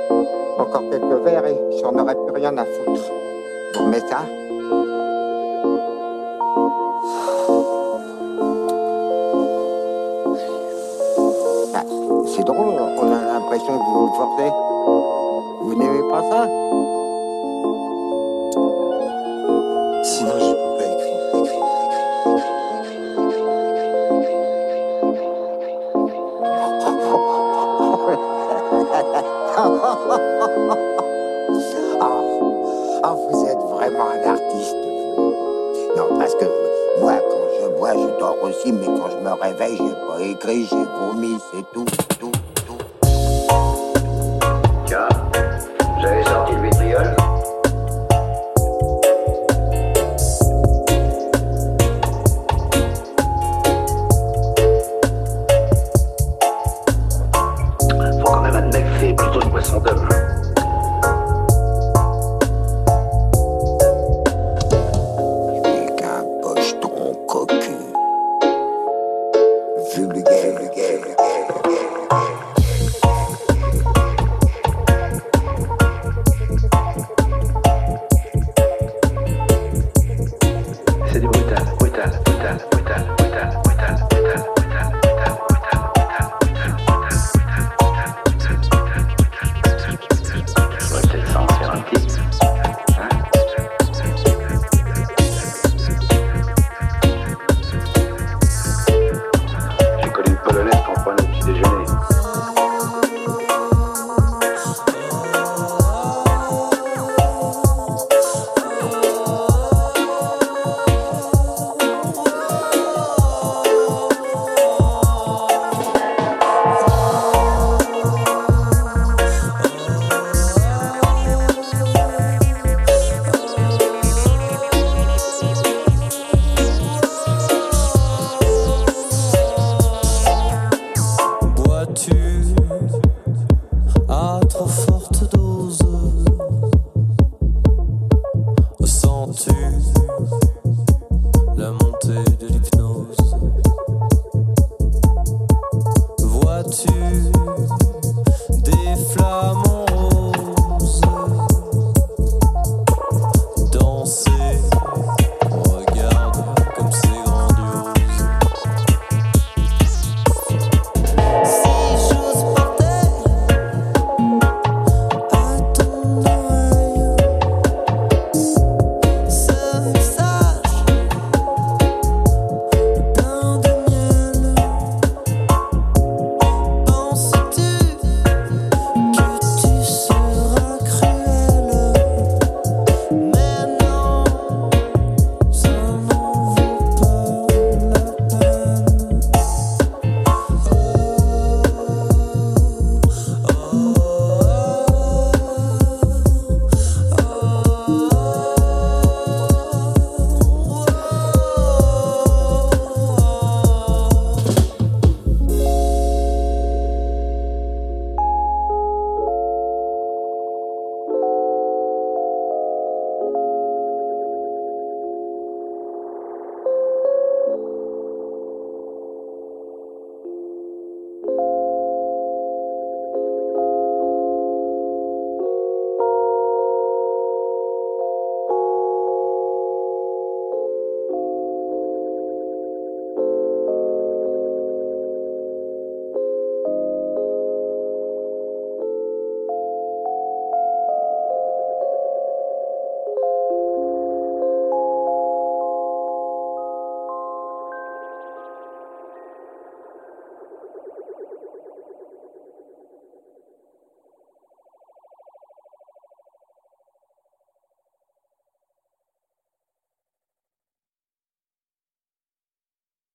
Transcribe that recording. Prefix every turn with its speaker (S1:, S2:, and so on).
S1: Encore quelques verres et j'en aurais plus rien à foutre. Vous remettez ça? Ah, c'est drôle, on a l'impression que vous vous forcez. Vous n'aimez pas ça?
S2: Sinon je peux pas écrire.
S1: Ah, vous êtes vraiment un artiste, vous. Non, parce que moi, quand je bois, je dors aussi, mais quand je me réveille, j'ai pas écrit, j'ai vomi, c'est tout.
S3: Tiens, vous avez sorti le vitriol? Faut quand même admettre que c'est plutôt une boisson d'homme.
S1: Avec un pochetron cocu. Vulgaire.
S3: C'est du brutal. Ouais, c'est le sang, c'est un petit. Hein? J'ai connu une Polonaise qu'on prenait au petit déjeuner.
S4: Bois-tu à trop forte dose? Sens-tu la montée de l'hypnose? Vois-tu des flammes